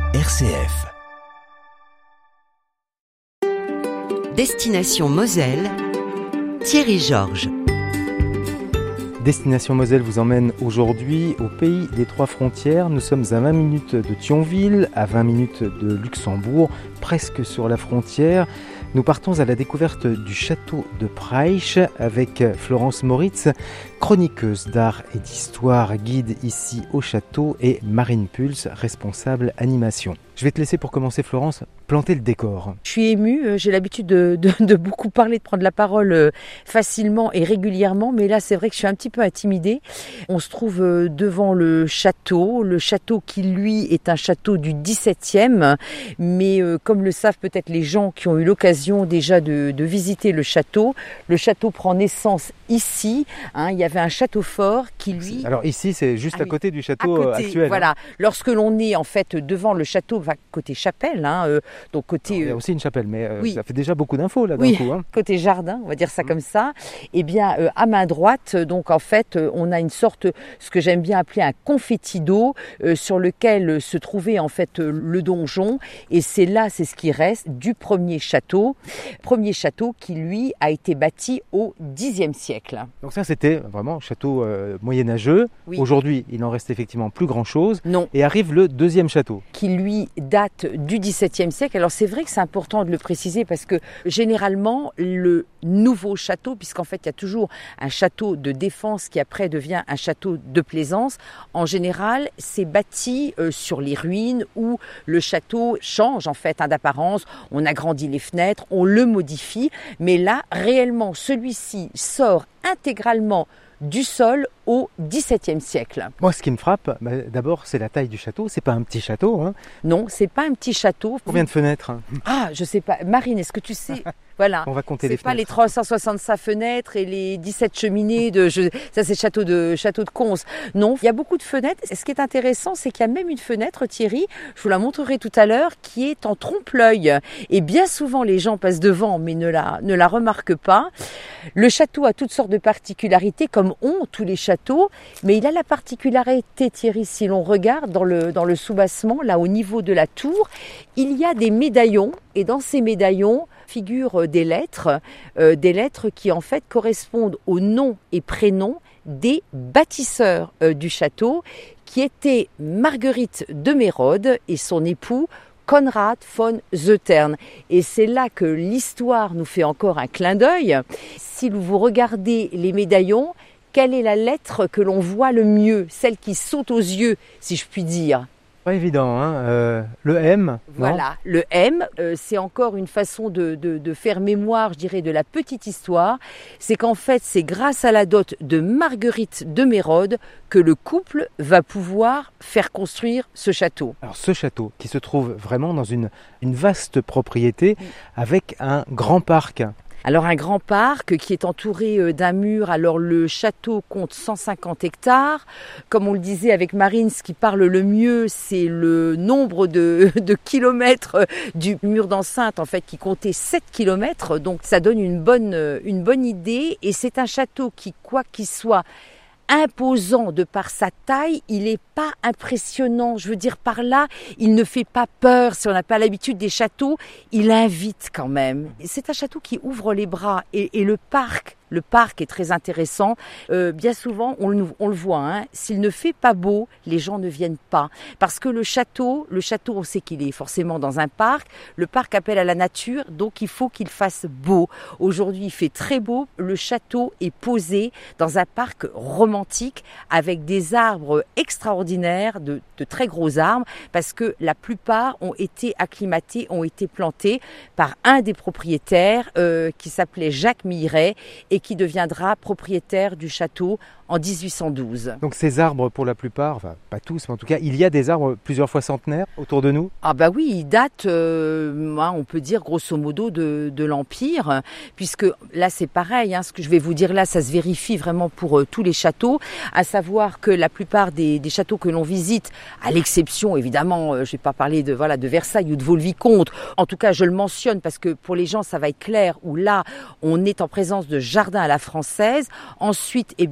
RCF. Destination Moselle, Thierry Georges. Destination Moselle vous emmène aujourd'hui au pays des trois frontières. Nous sommes à 20 minutes de Thionville, à 20 minutes de Luxembourg, presque sur la frontière. Nous partons à la découverte du château de Praich avec Florence Moritz, chroniqueuse d'art et d'histoire, guide ici au château, et Marine Pulse, responsable animation. Je vais te laisser pour commencer, Florence, planter le décor. Je suis émue, j'ai l'habitude de beaucoup parler, de prendre la parole facilement et régulièrement, mais là c'est vrai que je suis un petit peu intimidée. On se trouve devant le château qui lui est un château du XVIIe, mais comme le savent peut-être les gens qui ont eu l'occasion déjà de visiter le château prend naissance ici. Il y avait un château fort qui lui... Alors ici c'est juste à côté du château actuel. Voilà, lorsque l'on est en fait devant le château, côté chapelle, donc côté... Alors, il y a aussi une chapelle, mais oui. Ça fait déjà beaucoup d'infos là d'un coup. Côté jardin, on va dire ça comme ça. Eh bien, à main droite, donc en fait, on a une sorte, ce que j'aime bien appeler un confetti d'eau, sur lequel se trouvait en fait le donjon, et c'est ce qui reste du premier château qui lui a été bâti au Xe siècle. Donc ça c'était vraiment un château moyenâgeux. Oui. Aujourd'hui, il n'en reste effectivement plus grand-chose. Non. Et arrive le deuxième château. Qui lui date du XVIIe siècle. Alors c'est vrai que c'est important de le préciser parce que généralement le nouveau château, puisqu'en fait il y a toujours un château de défense qui après devient un château de plaisance, en général c'est bâti sur les ruines où le château change en fait d'apparence, on agrandit les fenêtres, on le modifie, mais là réellement celui-ci sort intégralement du sol au XVIIe siècle. Moi, ce qui me frappe, d'abord, c'est la taille du château. C'est pas un petit château. Non, c'est pas un petit château. Combien de fenêtres? Ah, je sais pas. Marine, est-ce que tu sais? Voilà. On va compter les fenêtres. C'est pas les 365 fenêtres et les 17 cheminées ça c'est château de Cons. Non, il y a beaucoup de fenêtres. Et ce qui est intéressant, c'est qu'il y a même une fenêtre, Thierry, je vous la montrerai tout à l'heure, qui est en trompe-l'œil. Et bien souvent, les gens passent devant, mais ne la remarquent pas. Le château a toutes sortes de particularités, comme ont tous les châteaux, mais il a la particularité, Thierry, si l'on regarde dans le soubassement, là au niveau de la tour, il y a des médaillons, et dans ces médaillons figurent des lettres qui en fait correspondent aux noms et prénoms des bâtisseurs du château, qui étaient Marguerite de Mérode et son époux Konrad von Zeutern. Et c'est là que l'histoire nous fait encore un clin d'œil. Si vous regardez les médaillons, quelle est la lettre que l'on voit le mieux, celle qui saute aux yeux, si je puis dire? Pas évident, le M. Voilà, le M, c'est encore une façon de faire mémoire, je dirais, de la petite histoire. C'est qu'en fait, c'est grâce à la dot de Marguerite de Mérode que le couple va pouvoir faire construire ce château. Alors ce château qui se trouve vraiment dans une vaste propriété avec un grand parc. Alors un grand parc qui est entouré d'un mur. Alors le château compte 150 hectares. Comme on le disait avec Marine, ce qui parle le mieux, c'est le nombre de kilomètres du mur d'enceinte, en fait, qui comptait 7 kilomètres. Donc ça donne une bonne idée. Et c'est un château qui, quoi qu'il soit imposant de par sa taille, il n'est pas impressionnant. Je veux dire par là, il ne fait pas peur. Si on n'a pas l'habitude des châteaux, il invite quand même. C'est un château qui ouvre les bras et le parc est très intéressant. Bien souvent, on le voit, s'il ne fait pas beau, les gens ne viennent pas. Parce que le château, on sait qu'il est forcément dans un parc. Le parc appelle à la nature, donc il faut qu'il fasse beau. Aujourd'hui, il fait très beau. Le château est posé dans un parc romantique avec des arbres extraordinaires, de très gros arbres, parce que la plupart ont été acclimatés, ont été plantés par un des propriétaires qui s'appelait Jacques Milleret et qui deviendra propriétaire du château en 1812. Donc ces arbres, pour la plupart, enfin pas tous, mais en tout cas, il y a des arbres plusieurs fois centenaires autour de nous. Ah bah oui, ils datent, on peut dire grosso modo de l'Empire, puisque là c'est pareil, ce que je vais vous dire là, ça se vérifie vraiment pour tous les châteaux, à savoir que la plupart des châteaux que l'on visite, à l'exception évidemment, je vais pas parler de Versailles ou de Vaux-le-Vicomte, en tout cas je le mentionne parce que pour les gens ça va être clair, où là on est en présence de jardins à la française. Ensuite, le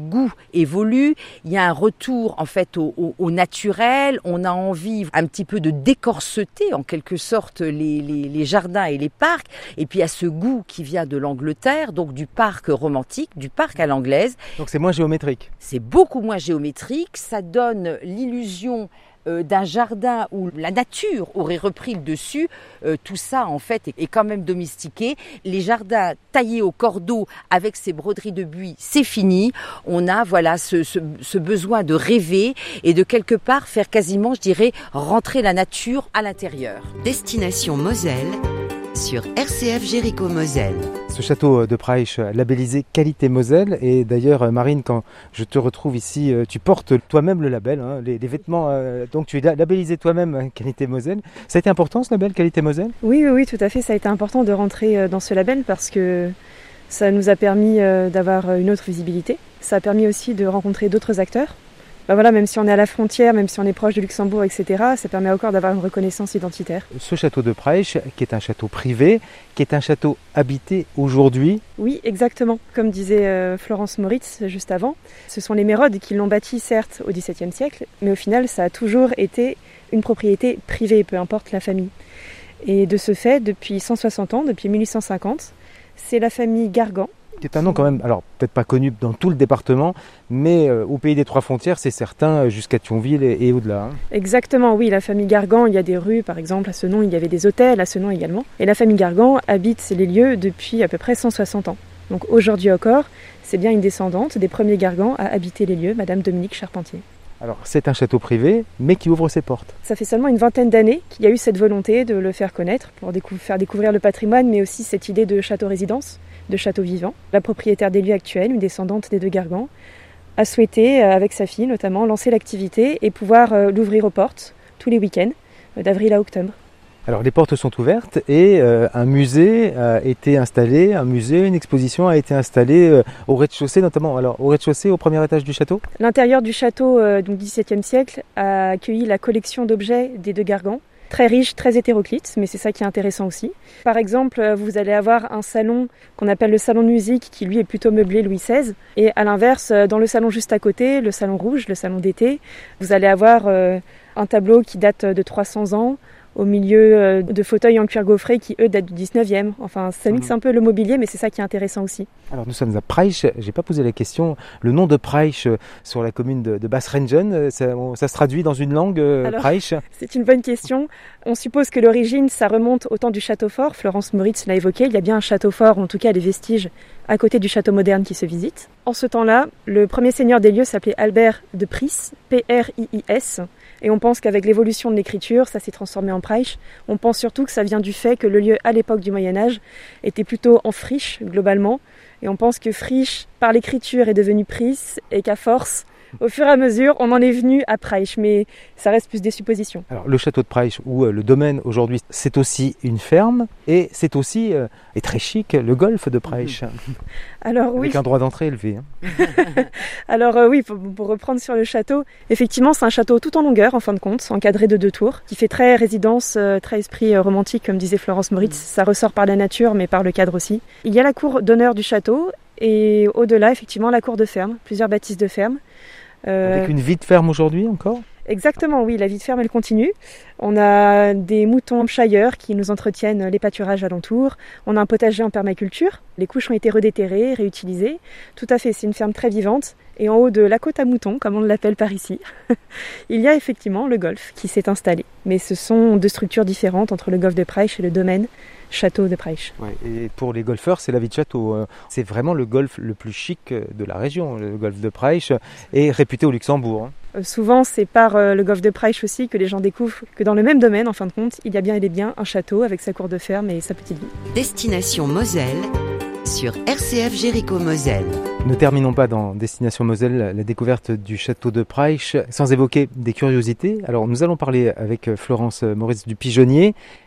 goût évolue. Il y a un retour en fait au naturel. On a envie un petit peu de décorseter en quelque sorte les jardins et les parcs. Et puis il y a ce goût qui vient de l'Angleterre, donc du parc romantique, du parc à l'anglaise. Donc c'est moins géométrique. C'est beaucoup moins géométrique. Ça donne l'illusion d'un jardin où la nature aurait repris le dessus. Tout ça en fait est quand même domestiqué. Les jardins taillés au cordeau avec ces broderies de buis, c'est fini. On a voilà ce besoin de rêver et de quelque part faire quasiment, je dirais, rentrer la nature à l'intérieur. Destination Moselle sur RCF Jéricho Moselle. Ce château de Praich labellisé Qualité Moselle, et d'ailleurs Marine, quand je te retrouve ici, tu portes toi-même le label, hein, les vêtements, donc tu es labellisé toi-même Qualité Moselle. Ça a été important ce label Qualité Moselle ? Oui, tout à fait, ça a été important de rentrer dans ce label parce que ça nous a permis d'avoir une autre visibilité. Ça a permis aussi de rencontrer d'autres acteurs. Voilà, même si on est à la frontière, même si on est proche de Luxembourg, etc., ça permet encore d'avoir une reconnaissance identitaire. Ce château de Praich, qui est un château privé, qui est un château habité aujourd'hui. Oui, exactement. Comme disait Florence Moritz juste avant, ce sont les Mérodes qui l'ont bâti, certes, au XVIIe siècle, mais au final, ça a toujours été une propriété privée, peu importe la famille. Et de ce fait, depuis 160 ans, depuis 1850, c'est la famille Gargan, qui est un nom quand même, alors peut-être pas connu dans tout le département, mais au pays des trois frontières, c'est certain, jusqu'à Thionville et au-delà. Hein. Exactement, oui, la famille Gargan, il y a des rues, par exemple, à Senon, il y avait des hôtels, à Senon également. Et la famille Gargan habite les lieux depuis à peu près 160 ans. Donc aujourd'hui encore, c'est bien une descendante des premiers Gargan à habiter les lieux, Madame Dominique Charpentier. Alors c'est un château privé, mais qui ouvre ses portes. Ça fait seulement une vingtaine d'années qu'il y a eu cette volonté de le faire connaître, pour faire découvrir le patrimoine, mais aussi cette idée de château-résidence, de château vivant. La propriétaire des lieux actuels, une descendante des deux Gargan, a souhaité, avec sa fille notamment, lancer l'activité et pouvoir l'ouvrir aux portes tous les week-ends, d'avril à octobre. Alors les portes sont ouvertes et un musée a été installé, une exposition a été installée au rez-de-chaussée notamment. Alors au rez-de-chaussée, au premier étage du château ? L'intérieur du château donc XVIIe siècle a accueilli la collection d'objets des deux Gargan, très riche, très hétéroclite, mais c'est ça qui est intéressant aussi. Par exemple, vous allez avoir un salon qu'on appelle le salon de musique qui lui est plutôt meublé Louis XVI, et à l'inverse, dans le salon juste à côté, le salon rouge, le salon d'été, vous allez avoir un tableau qui date de 300 ans, au milieu de fauteuils en cuir gaufré qui, eux, datent du 19e. Enfin, ça mixe un peu le mobilier, mais c'est ça qui est intéressant aussi. Alors, nous sommes à Praich. J'ai pas posé la question. Le nom de Praich sur la commune de Basse-Rengen, ça se traduit dans une langue, Praich ? C'est une bonne question. On suppose que l'origine, ça remonte au temps du château fort. Florence Moritz l'a évoqué. Il y a bien un château fort, en tout cas des vestiges, à côté du château moderne qui se visite. En ce temps-là, le premier seigneur des lieux s'appelait Albert de Pries, P-R-I-I-S. Et on pense qu'avec l'évolution de l'écriture, ça s'est transformé en Praich. On pense surtout que ça vient du fait que le lieu, à l'époque du Moyen-Âge, était plutôt en friche, globalement. Et on pense que friche, par l'écriture, est devenu Pries, et qu'à force, au fur et à mesure, on en est venu à Praich, mais ça reste plus des suppositions. Alors, le château de Praich, ou le domaine aujourd'hui, c'est aussi une ferme, et c'est aussi, et très chic, le golfe de Praich. Alors, oui. Avec un droit d'entrée élevé. Hein. Alors oui, pour reprendre sur le château, effectivement, c'est un château tout en longueur, en fin de compte, encadré de 2 tours, qui fait très résidence, très esprit romantique, comme disait Florence Moritz. Ça ressort par la nature, mais par le cadre aussi. Il y a la cour d'honneur du château, et au-delà, effectivement, la cour de ferme, plusieurs bâtisses de ferme. Avec une vie de ferme aujourd'hui encore ? Exactement, oui, la vie de ferme, elle continue. On a des moutons Shire qui nous entretiennent les pâturages alentours. On a un potager en permaculture. Les couches ont été redéterrées, réutilisées. Tout à fait, c'est une ferme très vivante. Et en haut de la côte à moutons, comme on l'appelle par ici, il y a effectivement le golfe qui s'est installé. Mais ce sont 2 structures différentes entre le golfe de Praich et le domaine château de Praich. Ouais, et pour les golfeurs, c'est la vie de château. C'est vraiment le golfe le plus chic de la région. Le golfe de Praich est réputé au Luxembourg. Hein. Souvent, c'est par le golfe de Praich aussi que les gens découvrent que dans le même domaine, en fin de compte, il y a bien et bien un château avec sa cour de ferme et sa petite ville. Destination Moselle sur RCF Jéricho Moselle. Ne terminons pas dans Destination Moselle la découverte du château de Praich sans évoquer des curiosités. Alors nous allons parler avec Florence Moritz du pigeonnier,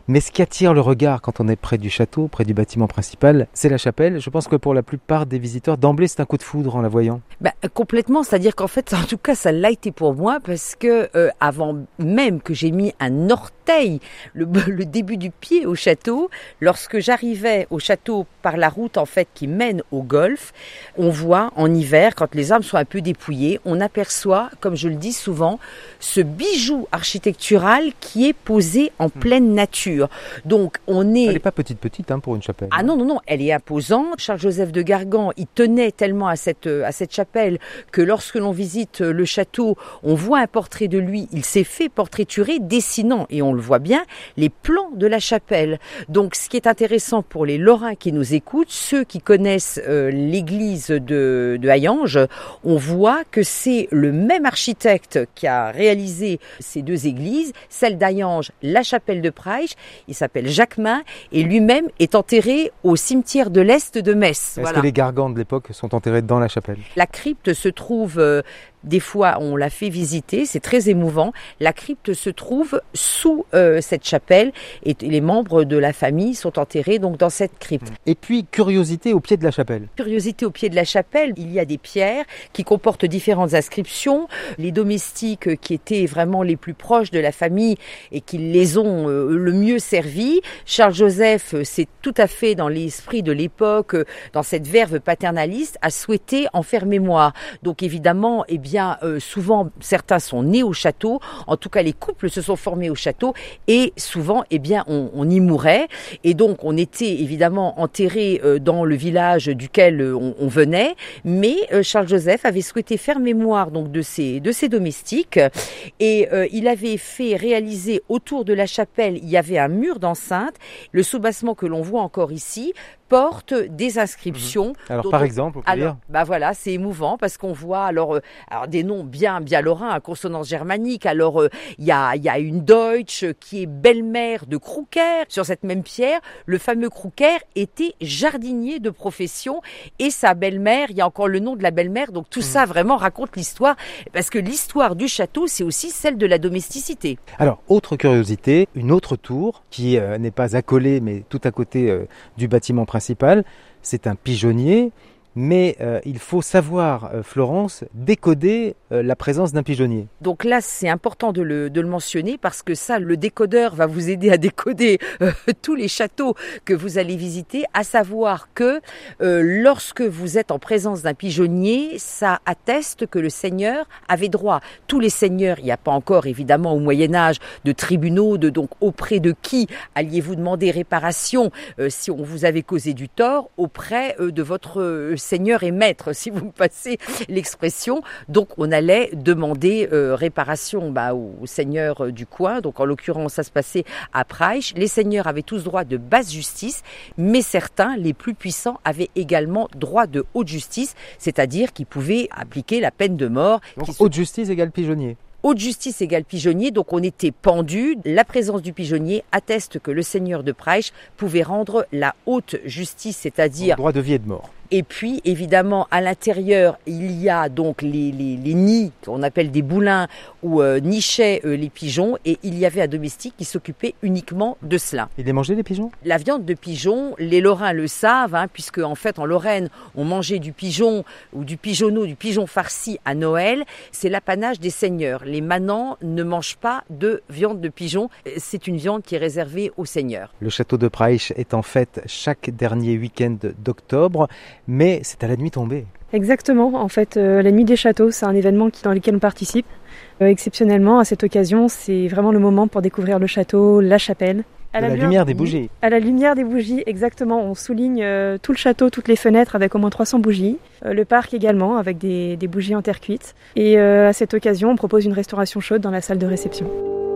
Mais ce qui attire le regard quand on est près du château, près du bâtiment principal, c'est la chapelle. Je pense que pour la plupart des visiteurs, d'emblée, c'est un coup de foudre en la voyant. Complètement, c'est-à-dire qu'en fait, en tout cas, ça l'a été pour moi parce que avant même que j'ai mis un orteil, le début du pied au château, lorsque j'arrivais au château par la route en fait qui mène au golfe, on voit en hiver, quand les arbres sont un peu dépouillés, on aperçoit, comme je le dis souvent, ce bijou architectural qui est posé en pleine nature. Donc on est... Elle n'est pas petite pour une chapelle. Ah non, elle est imposante. Charles-Joseph de Gargan, il tenait tellement à cette chapelle que lorsque l'on visite le château, on voit un portrait de lui. Il s'est fait portraiturer dessinant, et on le voit bien, les plans de la chapelle. Donc ce qui est intéressant pour les Lorrains qui nous écoutent, ceux qui connaissent l'église de Hayange, on voit que c'est le même architecte qui a réalisé ces deux églises, celle d'Hayange, la chapelle de Praich. Il s'appelle Jacquemin et lui-même est enterré au cimetière de l'Est de Metz. Est-ce que les Gargans de l'époque sont enterrés dans la chapelle? La crypte se trouve... Des fois, on l'a fait visiter, c'est très émouvant. La crypte se trouve sous cette chapelle et les membres de la famille sont enterrés donc dans cette crypte. Et puis, curiosité au pied de la chapelle. Curiosité au pied de la chapelle, il y a des pierres qui comportent différentes inscriptions. Les domestiques qui étaient vraiment les plus proches de la famille et qui les ont le mieux servis. Charles-Joseph, c'est tout à fait dans l'esprit de l'époque, dans cette verve paternaliste, a souhaité en faire mémoire. Donc évidemment, souvent certains sont nés au château, en tout cas les couples se sont formés au château et souvent on y mourait et donc on était évidemment enterré dans le village duquel on venait, mais Charles-Joseph avait souhaité faire mémoire donc de ses domestiques et il avait fait réaliser autour de la chapelle, il y avait un mur d'enceinte, le soubassement que l'on voit encore ici porte des inscriptions. Alors par exemple, on peut dire voilà, c'est émouvant parce qu'on voit alors des noms bien lorrains à consonance germanique. Alors il y a une Deutsch qui est belle-mère de Crooker. Sur cette même pierre, le fameux Crooker était jardinier de profession et sa belle-mère, il y a encore le nom de la belle-mère. Donc tout ça vraiment raconte l'histoire parce que l'histoire du château, c'est aussi celle de la domesticité. Alors, autre curiosité, une autre tour qui n'est pas accolée mais tout à côté du bâtiment principal. C'est un pigeonnier, mais il faut savoir, Florence, décoder la présence d'un pigeonnier. Donc là, c'est important de le mentionner parce que ça, le décodeur va vous aider à décoder tous les châteaux que vous allez visiter, à savoir que lorsque vous êtes en présence d'un pigeonnier, ça atteste que le seigneur avait droit. Tous les seigneurs, il n'y a pas encore évidemment au Moyen-Âge de tribunaux, donc auprès de qui alliez-vous demander réparation si on vous avait causé du tort, auprès de votre seigneur et maître, si vous me passez l'expression. Donc on allait demander réparation au seigneur du coin. Donc en l'occurrence, ça se passait à Praich. Les seigneurs avaient tous droit de basse justice, mais certains, les plus puissants, avaient également droit de haute justice, c'est-à-dire qu'ils pouvaient appliquer la peine de mort. Donc haute justice égale pigeonnier. Haute justice égale pigeonnier, donc on était pendu. La présence du pigeonnier atteste que le seigneur de Praich pouvait rendre la haute justice, c'est-à-dire... droit de vie et de mort. Et puis, évidemment, à l'intérieur, il y a donc les nids qu'on appelle des boulins où nichaient les pigeons. Et il y avait un domestique qui s'occupait uniquement de cela. Il les mangeait, les pigeons ? La viande de pigeon, les Lorrains le savent, puisque en fait, en Lorraine, on mangeait du pigeon ou du pigeonneau, du pigeon farci à Noël. C'est l'apanage des seigneurs. Les manants ne mangent pas de viande de pigeon. C'est une viande qui est réservée aux seigneurs. Le château de Praich est en fête chaque dernier week-end d'octobre. Mais c'est à la nuit tombée. Exactement. En fait, la nuit des châteaux, c'est un événement dans lequel on participe. Exceptionnellement, à cette occasion, c'est vraiment le moment pour découvrir le château, la chapelle. À la lumière des bougies. À la lumière des bougies, exactement. On souligne tout le château, toutes les fenêtres avec au moins 300 bougies. Le parc également, avec des bougies en terre cuite. Et à cette occasion, on propose une restauration chaude dans la salle de réception.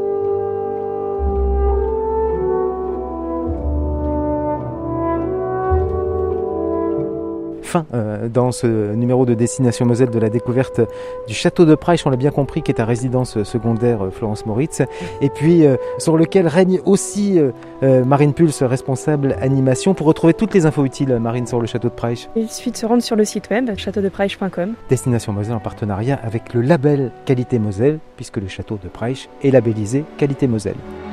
Fin dans ce numéro de Destination Moselle de la découverte du château de Praich, on l'a bien compris, qui est ta résidence secondaire Florence Moritz, et puis sur lequel règne aussi Marine Pulse, responsable animation. Pour retrouver toutes les infos utiles, Marine, sur le château de Praich, il suffit de se rendre sur le site web châteaudepraich.com. Destination Moselle en partenariat avec le label Qualité Moselle, puisque le château de Praich est labellisé Qualité Moselle.